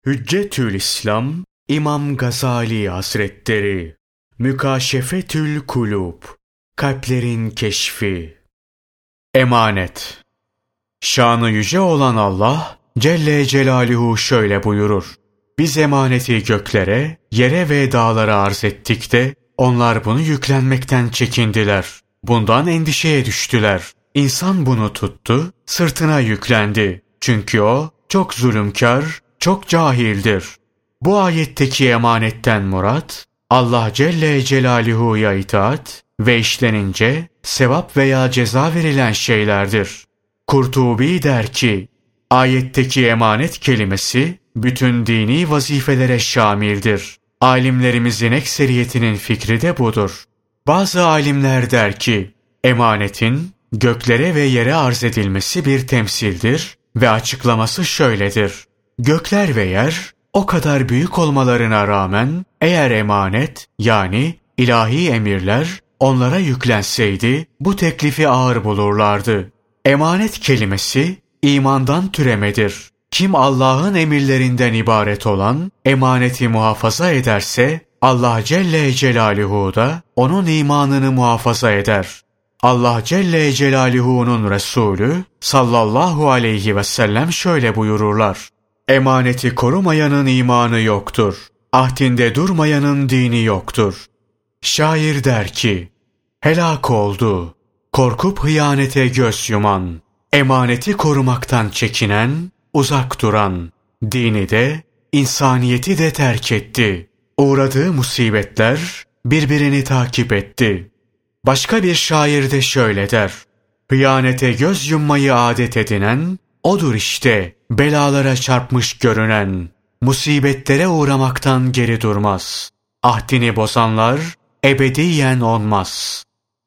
Hüccetül İslam İmam Gazali Hazretleri. Mükaşefetül Kulub, kalplerin keşfi. Emanet. Şanı yüce olan Allah Celle Celaluhu şöyle buyurur: Biz emaneti göklere, yere ve dağlara arz ettik de onlar bunu yüklenmekten çekindiler. Bundan endişeye düştüler. İnsan bunu tuttu, sırtına yüklendi. Çünkü o çok zulümkar, çok cahildir. Bu ayetteki emanetten murat, Allah Celle Celaluhu'ya itaat ve işlenince sevap veya ceza verilen şeylerdir. Kurtubi der ki, ayetteki emanet kelimesi bütün dini vazifelere şamildir. Alimlerimizin ekseriyetinin fikri de budur. Bazı alimler der ki, emanetin göklere ve yere arz edilmesi bir temsildir ve açıklaması şöyledir: Gökler ve yer o kadar büyük olmalarına rağmen eğer emanet yani ilahi emirler onlara yüklenseydi bu teklifi ağır bulurlardı. Emanet kelimesi imandan türemedir. Kim Allah'ın emirlerinden ibaret olan emaneti muhafaza ederse Allah Celle Celaluhu da onun imanını muhafaza eder. Allah Celle Celaluhu'nun Resulü sallallahu aleyhi ve sellem şöyle buyururlar: Emaneti korumayanın imanı yoktur. Ahdinde durmayanın dini yoktur. Şair der ki, helak oldu korkup hıyanete göz yuman, emaneti korumaktan çekinen, uzak duran, dini de, insaniyeti de terk etti. Uğradığı musibetler birbirini takip etti. Başka bir şair de şöyle der: Hıyanete göz yummayı adet edinen, odur işte belalara çarpmış görünen, musibetlere uğramaktan geri durmaz. Ahdini bozanlar ebediyen olmaz.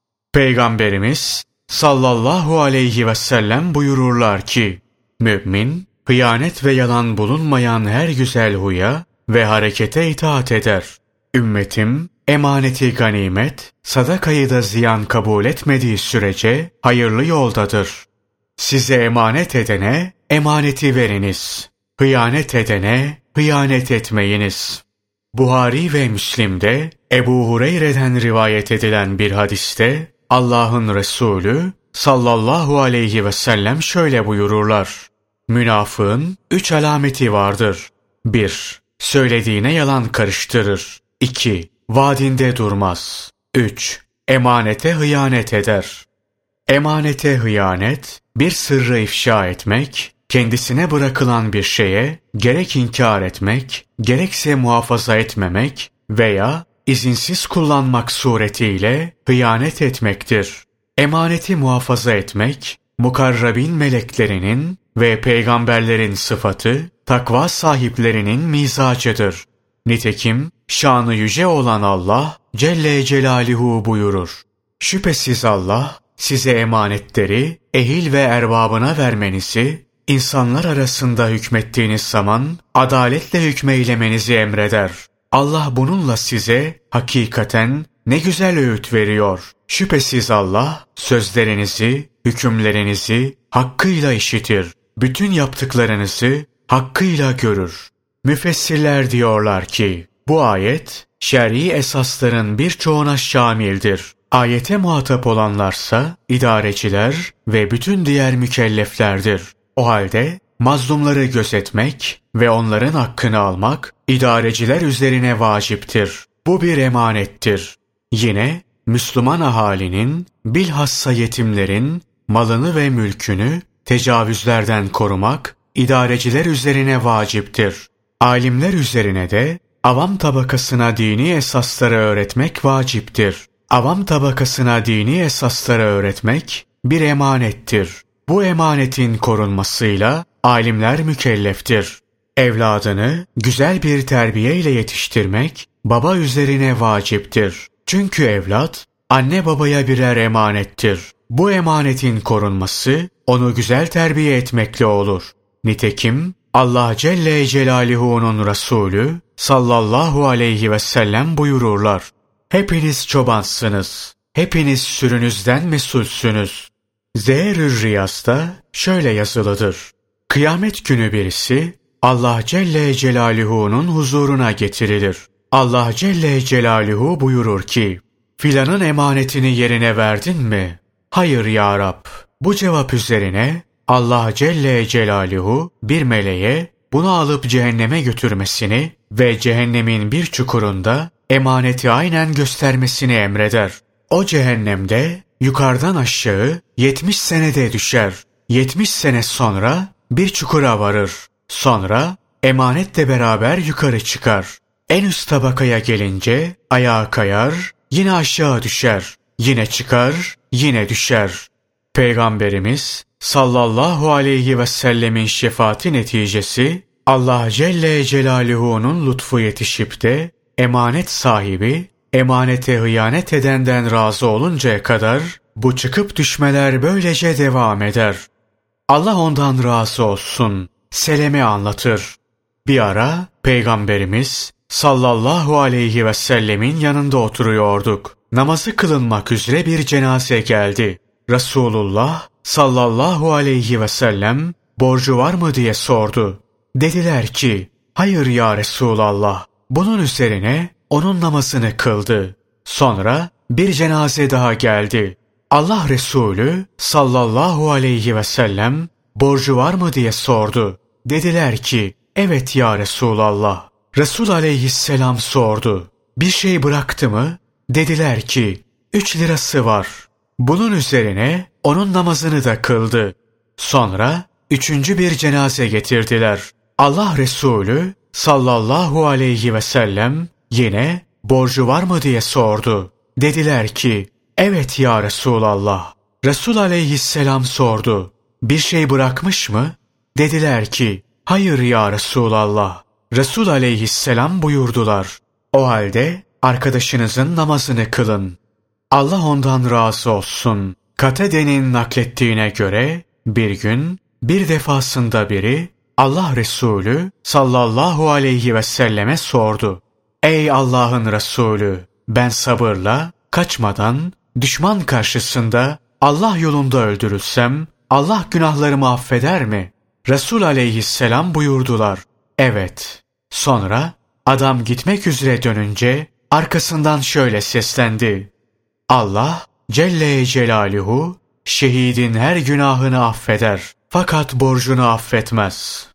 Peygamberimiz sallallahu aleyhi ve sellem buyururlar ki, mümin, hıyanet ve yalan bulunmayan her güzel huya ve harekete itaat eder. Ümmetim, emaneti ganimet, sadakayı da ziyan kabul etmediği sürece hayırlı yoldadır. Size emanet edene emaneti veriniz. Hıyanet edene hıyanet etmeyiniz. Buhari ve Müslim'de Ebu Hureyre'den rivayet edilen bir hadiste Allah'ın Resulü sallallahu aleyhi ve sellem şöyle buyururlar: Münafığın 3 alameti vardır. 1. Söylediğine yalan karıştırır. 2. Vaadinde durmaz. 3. Emanete hıyanet eder. Emanete hıyanet, bir sırrı ifşa etmek, kendisine bırakılan bir şeye gerek inkar etmek, gerekse muhafaza etmemek veya izinsiz kullanmak suretiyle hıyanet etmektir. Emaneti muhafaza etmek, mukarrabin meleklerinin ve peygamberlerin sıfatı, takva sahiplerinin mizacıdır. Nitekim şanı yüce olan Allah Celle Celaluhu buyurur: Şüphesiz Allah size emanetleri ehil ve erbabına vermenizi, insanlar arasında hükmettiğiniz zaman adaletle hükmeylemenizi emreder. Allah bununla size hakikaten ne güzel öğüt veriyor. Şüphesiz Allah sözlerinizi, hükümlerinizi hakkıyla işitir. Bütün yaptıklarınızı hakkıyla görür. Müfessirler diyorlar ki, bu ayet şer'i esasların birçoğuna şamildir. Ayete muhatap olanlarsa idareciler ve bütün diğer mükelleflerdir. O halde mazlumları gözetmek ve onların hakkını almak idareciler üzerine vaciptir. Bu bir emanettir. Yine Müslüman ahalinin, bilhassa yetimlerin malını ve mülkünü tecavüzlerden korumak idareciler üzerine vaciptir. Alimler üzerine de avam tabakasına dini esasları öğretmek vaciptir. Avam tabakasına dini esasları öğretmek bir emanettir. Bu emanetin korunmasıyla alimler mükelleftir. Evladını güzel bir terbiye ile yetiştirmek baba üzerine vaciptir. Çünkü evlat anne babaya birer emanettir. Bu emanetin korunması onu güzel terbiye etmekle olur. Nitekim Allah Celle Celaluhu'nun Resulü sallallahu aleyhi ve sellem buyururlar: Hepiniz çobansınız. Hepiniz sürünüzden mesulsünüz. Zehr-ü Riyaz'da şöyle yazılıdır: Kıyamet günü birisi Allah Celle Celaluhu'nun huzuruna getirilir. Allah Celle Celaluhu buyurur ki, filanın emanetini yerine verdin mi? Hayır ya Rab. Bu cevap üzerine Allah Celle Celaluhu bir meleğe bunu alıp cehenneme götürmesini ve cehennemin bir çukurunda emaneti aynen göstermesini emreder. O cehennemde yukarıdan aşağı 70 senede düşer. 70 sene sonra bir çukura varır. Sonra emanetle beraber yukarı çıkar. En üst tabakaya gelince ayağa kayar, yine aşağı düşer. Yine çıkar, yine düşer. Peygamberimiz sallallahu aleyhi ve sellemin şefaati neticesi Allah Celle Celaluhu'nun lütfu yetişip de emanet sahibi emanete hıyanet edenden razı oluncaya kadar bu çıkıp düşmeler böylece devam eder. Allah ondan razı olsun. Seleme anlatır. Bir ara Peygamberimiz sallallahu aleyhi ve sellemin yanında oturuyorduk. Namazı kılınmak üzere bir cenaze geldi. Resulullah sallallahu aleyhi ve sellem borcu var mı diye sordu. Dediler ki, hayır ya Resulallah. Bunun üzerine onun namazını kıldı. Sonra bir cenaze daha geldi. Allah Resulü sallallahu aleyhi ve sellem borcu var mı diye sordu. Dediler ki, evet ya Resulallah. Resul aleyhisselam sordu. Bir şey bıraktı mı? Dediler ki, 3 lirası var. Bunun üzerine onun namazını da kıldı. Sonra 3. bir cenaze getirdiler. Allah Resulü sallallahu aleyhi ve sellem yine borcu var mı diye sordu. Dediler ki, evet ya Resulallah. Resul aleyhisselam sordu. Bir şey bırakmış mı? Dediler ki, hayır ya Resulallah. Resul aleyhisselam buyurdular. O halde arkadaşınızın namazını kılın. Allah ondan razı olsun. Katade'nin naklettiğine göre bir gün bir defasında biri Allah Resulü sallallahu aleyhi ve selleme sordu. Ey Allah'ın Resulü, ben sabırla, kaçmadan, düşman karşısında Allah yolunda öldürülsem Allah günahlarımı affeder mi? Resul aleyhisselam buyurdular. Evet. Sonra adam gitmek üzere dönünce arkasından şöyle seslendi. Allah Celle Celaluhu şehidin her günahını affeder fakat borcunu affetmez.